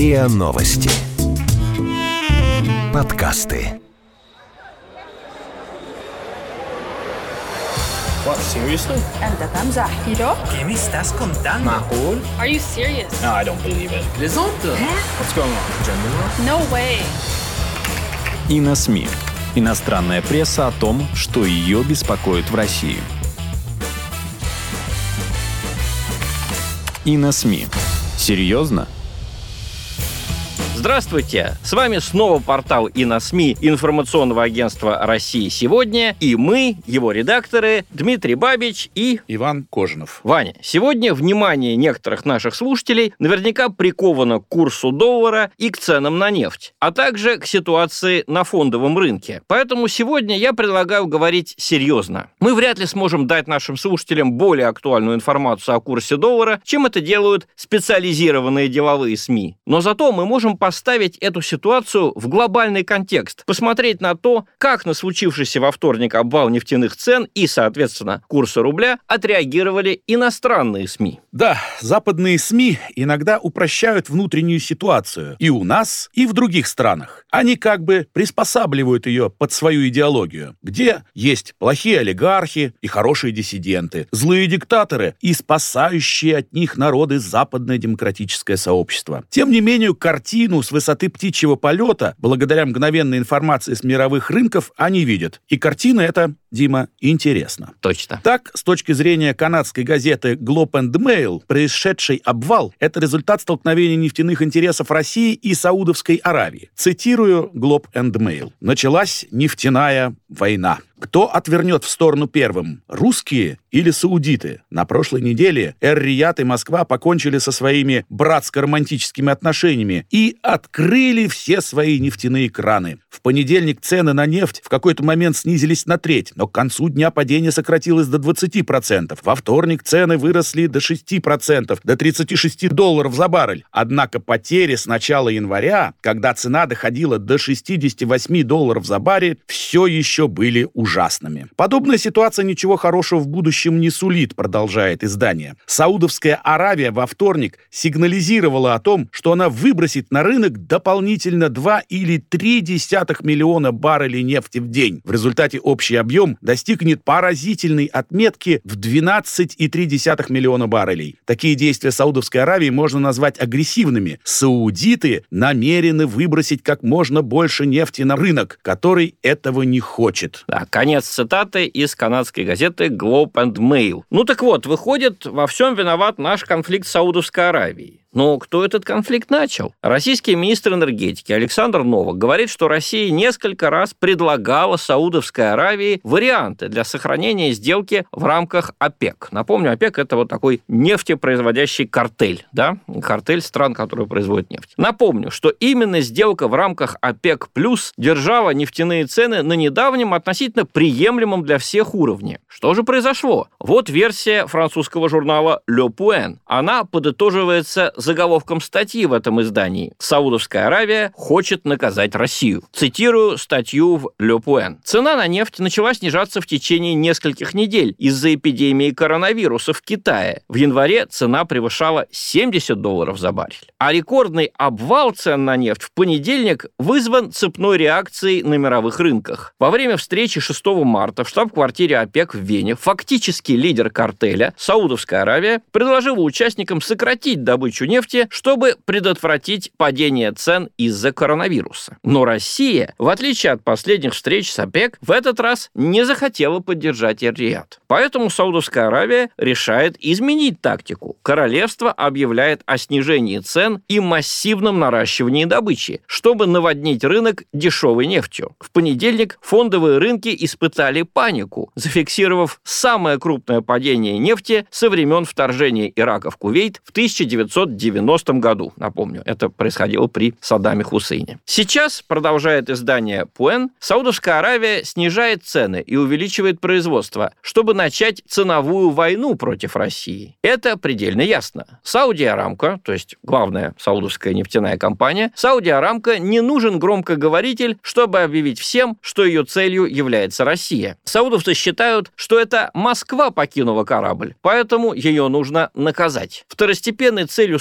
РИА Новости. Подкасты. What, seriously? أنت تمزح. You joke? ¿Qué me estás contando? معقول? Are you serious? No, I don't believe it. Plaisante? What's going on? Gender? No way. ИноСМИ. Иностранная пресса о том, что ее беспокоит в России. ИноСМИ. Серьезно? Здравствуйте! С вами снова портал ИноСМИ информационного агентства «Россия сегодня», и мы, его редакторы, Дмитрий Бабич и Иван Кожинов. Ваня. Сегодня внимание некоторых наших слушателей наверняка приковано к курсу доллара и к ценам на нефть, а также к ситуации на фондовом рынке. Поэтому сегодня я предлагаю говорить серьезно. Мы вряд ли сможем дать нашим слушателям более актуальную информацию о курсе доллара, чем это делают специализированные деловые СМИ. Но зато мы можем поставить эту ситуацию в глобальный контекст, посмотреть на то, как на случившийся во вторник обвал нефтяных цен и, соответственно, курса рубля отреагировали иностранные СМИ. Да, западные СМИ иногда упрощают внутреннюю ситуацию и у нас, и в других странах. Они как бы приспосабливают ее под свою идеологию, где есть плохие олигархи и хорошие диссиденты, злые диктаторы и спасающие от них народы западное демократическое сообщество. Тем не менее, картину с высоты птичьего полета, благодаря мгновенной информации с мировых рынков, они видят. И картина эта, Дима, интересна. Точно. Так, с точки зрения канадской газеты Globe and Mail, происшедший обвал – это результат столкновения нефтяных интересов России и Саудовской Аравии. Цитирую Globe and Mail. «Началась нефтяная война. Кто отвернет в сторону первым? Русские или саудиты? На прошлой неделе Эр-Рияд и Москва покончили со своими братско-романтическими отношениями и открыли все свои нефтяные краны. В понедельник цены на нефть в какой-то момент снизились на треть, но к концу дня падение сократилось до 20%. Во вторник цены выросли до 6%, до $36 за баррель. Однако потери с начала января, когда цена доходила до $68 за баррель, все еще были ужасными. Подобная ситуация ничего хорошего в будущем не сулит, продолжает издание. Саудовская Аравия во вторник сигнализировала о том, что она выбросит на рынок дополнительно 2 или 3 миллиона баррелей нефти в день. В результате общий объем достигнет поразительной отметки в 12,3 миллиона баррелей. Такие действия Саудовской Аравии можно назвать агрессивными. Саудиты намерены выбросить как можно больше нефти на рынок, который этого не хочет. Да, конец цитаты из канадской газеты Globe and Mail. Ну так вот, выходит, во всем виноват наш конфликт с Саудовской Аравией. Но кто этот конфликт начал? Российский министр энергетики Александр Новак говорит, что Россия несколько раз предлагала Саудовской Аравии варианты для сохранения сделки в рамках ОПЕК. Напомню, ОПЕК – это вот такой нефтепроизводящий картель, да? Картель стран, которые производят нефть. Напомню, что именно сделка в рамках ОПЕК+, держала нефтяные цены на недавнем относительно приемлемом для всех уровне. Что же произошло? Вот версия французского журнала Le Point. Она подытоживается заголовком статьи в этом издании. Саудовская Аравия хочет наказать Россию. Цитирую статью в Le Point. Цена на нефть начала снижаться в течение нескольких недель из-за эпидемии коронавируса в Китае. В январе цена превышала $70 за баррель. А рекордный обвал цен на нефть в понедельник вызван цепной реакцией на мировых рынках. Во время встречи 6 марта в штаб-квартире ОПЕК в Вене фактически лидер картеля Саудовская Аравия предложила участникам сократить добычу нефти, чтобы предотвратить падение цен из-за коронавируса. Но Россия, в отличие от последних встреч с ОПЕК, в этот раз не захотела поддержать Эр-Рияд. Поэтому Саудовская Аравия решает изменить тактику. Королевство объявляет о снижении цен и массивном наращивании добычи, чтобы наводнить рынок дешевой нефтью. В понедельник фондовые рынки испытали панику, зафиксировав самое крупное падение нефти со времен вторжения Ирака в Кувейт в 1990 году. Напомню, это происходило при Саддаме Хусейне. Сейчас, продолжает издание Пуэн, Саудовская Аравия снижает цены и увеличивает производство, чтобы начать ценовую войну против России. Это предельно ясно. Сауди Арамко, то есть главная саудовская нефтяная компания, Сауди Арамко не нужен громкоговоритель, чтобы объявить всем, что ее целью является Россия. Саудовцы считают, что это Москва покинула корабль, поэтому ее нужно наказать. Второстепенной целью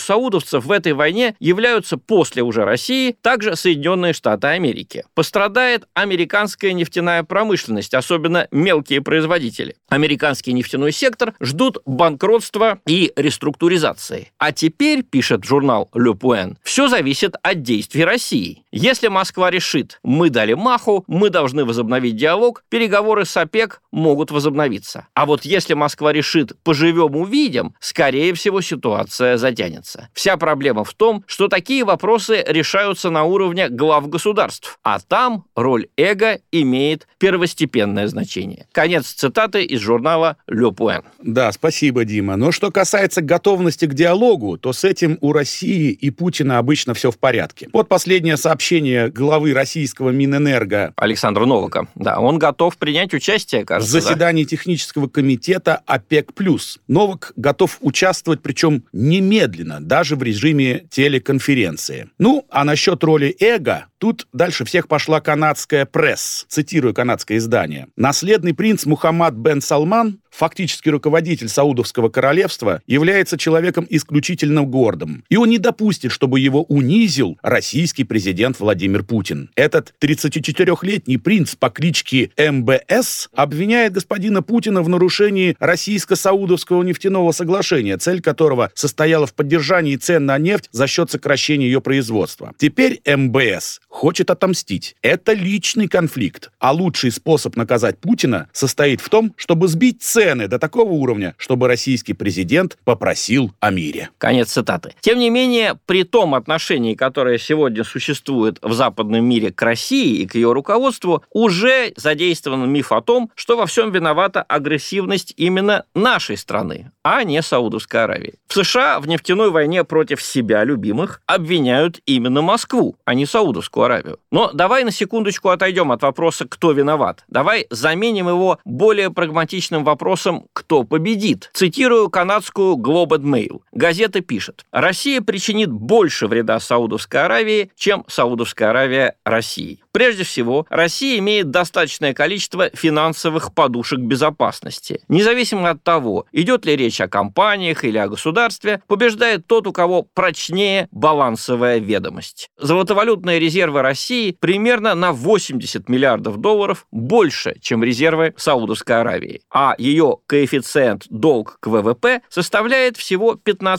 саудовцев в этой войне являются после уже России также Соединенные Штаты Америки. Пострадает американская нефтяная промышленность, особенно мелкие производители. Американский нефтяной сектор ждут банкротства и реструктуризации. А теперь, пишет журнал Le Point, все зависит от действий России. Если Москва решит, мы дали маху, мы должны возобновить диалог, переговоры с ОПЕК могут возобновиться. А вот если Москва решит, поживем увидим, скорее всего ситуация затянется. Вся проблема в том, что такие вопросы решаются на уровне глав государств, а там роль эго имеет первостепенное значение. Конец цитаты из журнала Le Point. Да, спасибо, Дима. Но что касается готовности к диалогу, то с этим у России и Путина обычно все в порядке. Вот последнее сообщение главы российского Минэнерго Александра Новака. Да, он готов принять участие, кажется, в заседании технического комитета ОПЕК+. Новак готов участвовать, причем немедленно, даже в режиме телеконференции. Ну, а насчет роли эго, тут дальше всех пошла канадская пресс. Цитирую канадское издание. Наследный принц Мухаммад бен Салман, фактически руководитель Саудовского королевства, является человеком исключительно гордым. И он не допустит, чтобы его унизил российский президент Владимир Путин. Этот 34-летний принц по кличке МБС обвиняет господина Путина в нарушении российско-саудовского нефтяного соглашения, цель которого состояла в поддержании цен на нефть за счет сокращения ее производства. Теперь МБС хочет отомстить. Это личный конфликт. А лучший способ наказать Путина состоит в том, чтобы сбить цены до такого уровня, чтобы российский президент попросил о мире. Конец цитаты. Тем не менее, при том отношении, которое сегодня существует в западном мире к России и к ее руководству, уже задействован миф о том, что во всем виновата агрессивность именно нашей страны, а не Саудовской Аравии. В США в нефтяной войне против себя любимых обвиняют именно Москву, а не Саудовскую Аравию. Но давай на секундочку отойдем от вопроса, кто виноват. Давай заменим его более прагматичным вопросом, кто победит. Цитирую канадскую Globe and Mail. Газета пишет: «Россия причинит больше вреда Саудовской Аравии, чем Саудовская Аравия России. Прежде всего, Россия имеет достаточное количество финансовых подушек безопасности. Независимо от того, идет ли речь о компаниях или о государстве, побеждает тот, у кого прочнее балансовая ведомость. Золотовалютные резервы России примерно на 80 миллиардов долларов больше, чем резервы Саудовской Аравии, а ее коэффициент долг к ВВП составляет всего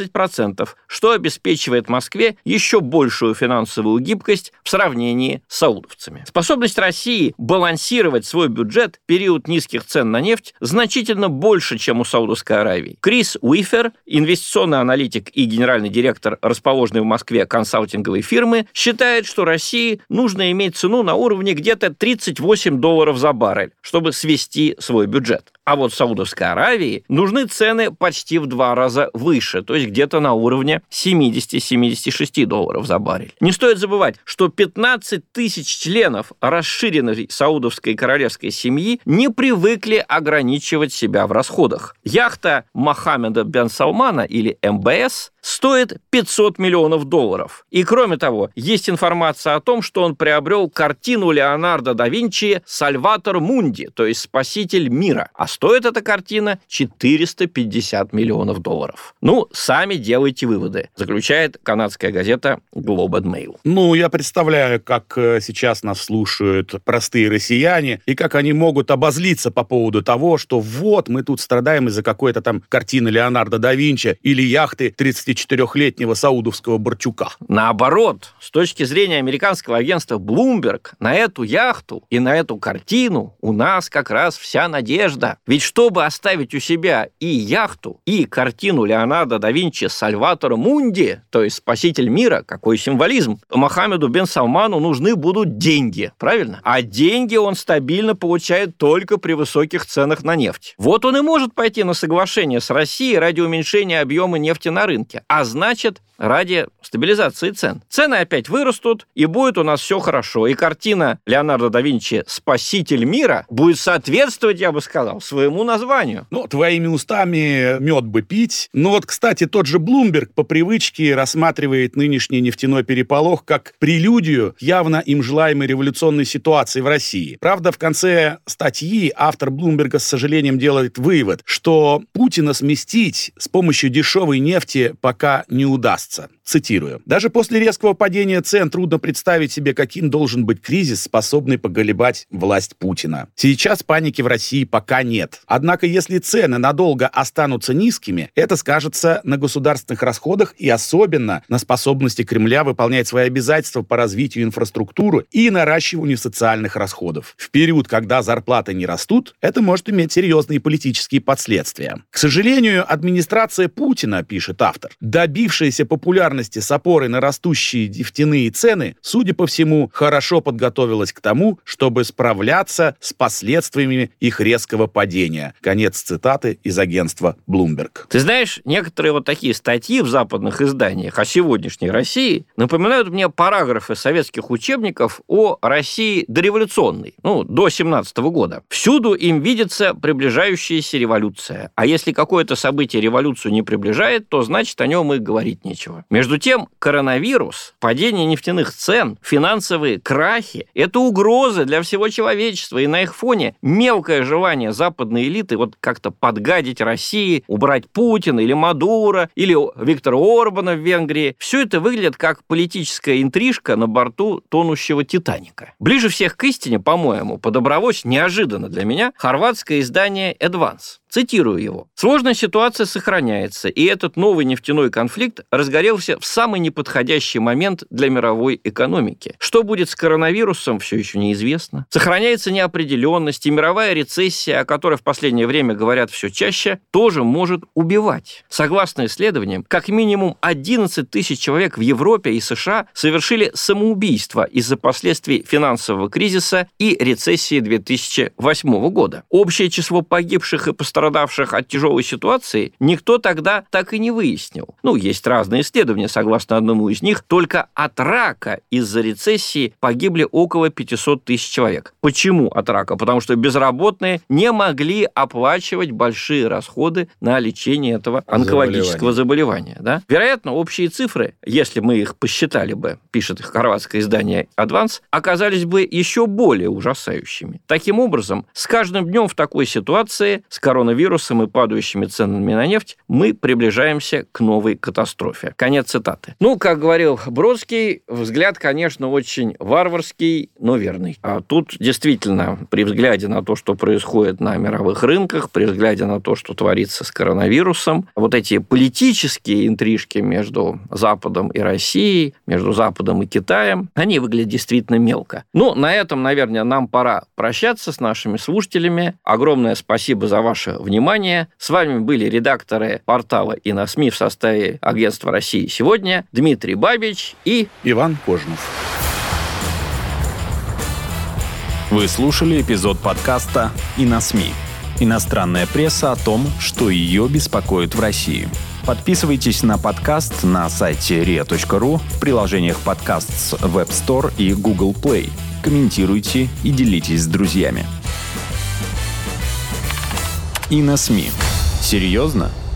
15%, что обеспечивает Москве еще большую финансовую гибкость в сравнении с саудовцами. Способность России балансировать свой бюджет в период низких цен на нефть значительно больше, чем у Саудовской Аравии. Крис Уифер, инвестиционный аналитик и генеральный директор расположенной в Москве консалтинговой фирмы, считает, что России нужно иметь цену на уровне где-то $38 за баррель, чтобы свести свой бюджет. А вот Саудовской Аравии нужны цены почти в 2 раза выше, то есть где-то на уровне $70-76 за баррель. Не стоит забывать, что 15 тысяч членов расширенной саудовской королевской семьи не привыкли ограничивать себя в расходах. Яхта Мохаммеда бен Салмана, или МБС, стоит $500 миллионов. И кроме того, есть информация о том, что он приобрел картину Леонардо да Винчи «Сальватор Мунди», то есть «Спаситель мира». А стоит эта картина $450 миллионов. Ну, сами делайте выводы, заключает канадская газета Globe and Mail. Ну, я представляю, как сейчас нас слушают простые россияне, и как они могут обозлиться по поводу того, что вот мы тут страдаем из-за какой-то там картины Леонардо да Винчи или яхты 34-летнего саудовского Борчука. Наоборот, с точки зрения американского агентства Bloomberg, на эту яхту и на эту картину у нас как раз вся надежда. Ведь чтобы оставить у себя и яхту, и картину Леонардо да Винчи «Сальватор Мунди», то есть «Спаситель мира», какой символизм, Мохаммеду бен Салману нужны будут деньги, правильно? А деньги он стабильно получает только при высоких ценах на нефть. Вот он и может пойти на соглашение с Россией ради уменьшения объема нефти на рынке, а значит, ради стабилизации цен. Цены опять вырастут, и будет у нас все хорошо. И картина Леонардо да Винчи «Спаситель мира» будет соответствовать, я бы сказал, своему названию. Ну, твоими устами мед бы пить. Ну вот, кстати, тот же Bloomberg по привычке рассматривает нынешний нефтяной переполох как прелюдию явно им желаемой революционной ситуации в России. Правда, в конце статьи автор Bloomberg с сожалением делает вывод, что Путина сместить с помощью дешевой нефти по пока не удастся. Цитирую. «Даже после резкого падения цен трудно представить себе, каким должен быть кризис, способный поколебать власть Путина. Сейчас паники в России пока нет. Однако, если цены надолго останутся низкими, это скажется на государственных расходах и особенно на способности Кремля выполнять свои обязательства по развитию инфраструктуры и наращиванию социальных расходов. В период, когда зарплаты не растут, это может иметь серьезные политические последствия. К сожалению, администрация Путина, пишет автор, добившаяся популярности с опорой на растущие нефтяные цены, судя по всему, хорошо подготовилась к тому, чтобы справляться с последствиями их резкого падения». Конец цитаты из агентства Bloomberg. Ты знаешь, некоторые вот такие статьи в западных изданиях о сегодняшней России напоминают мне параграфы советских учебников о России дореволюционной, до 17 года. Всюду им видится приближающаяся революция. А если какое-то событие революцию не приближает, то значит о нем и говорить нечего. Между тем, коронавирус, падение нефтяных цен, финансовые крахи – это угрозы для всего человечества. И на их фоне мелкое желание западной элиты вот как-то подгадить России, убрать Путина или Мадуро, или Виктора Орбана в Венгрии – все это выглядит как политическая интрижка на борту тонущего «Титаника». Ближе всех к истине, по-моему, подобралось неожиданно для меня хорватское издание «Эдванс». Цитирую его. «Сложная ситуация сохраняется, и этот новый нефтяной конфликт разгорелся в самый неподходящий момент для мировой экономики. Что будет с коронавирусом, все еще неизвестно. Сохраняется неопределенность, и мировая рецессия, о которой в последнее время говорят все чаще, тоже может убивать. Согласно исследованиям, как минимум 11 тысяч человек в Европе и США совершили самоубийство из-за последствий финансового кризиса и рецессии 2008 года. Общее число погибших и пострадавших от тяжелой ситуации никто тогда так и не выяснил. Есть разные исследования, согласно одному из них, только от рака из-за рецессии погибли около 500 тысяч человек. Почему от рака? Потому что безработные не могли оплачивать большие расходы на лечение этого онкологического заболевания. Да? Вероятно, общие цифры, если мы их посчитали бы, пишет хорватское издание «Адванс», оказались бы еще более ужасающими. Таким образом, с каждым днем в такой ситуации, с коронавирусом и падающими ценами на нефть, мы приближаемся к новой катастрофе. Конец цитаты. Как говорил Бродский, взгляд, конечно, очень варварский, но верный. А тут действительно, при взгляде на то, что происходит на мировых рынках, при взгляде на то, что творится с коронавирусом, вот эти политические интрижки между Западом и Россией, между Западом и Китаем, они выглядят действительно мелко. На этом, наверное, нам пора прощаться с нашими слушателями. Огромное спасибо за ваше внимание. С вами были редакторы портала «Иносми» в составе агентства «России сегодня» Дмитрий Бабич и Иван Кожнов. Вы слушали эпизод подкаста «Иносми». Иностранная пресса о том, что ее беспокоит в России. Подписывайтесь на подкаст на сайте ria.ru, в приложениях подкаст с Web Store и Google Play. Комментируйте и делитесь с друзьями. «Иносми». Серьезно?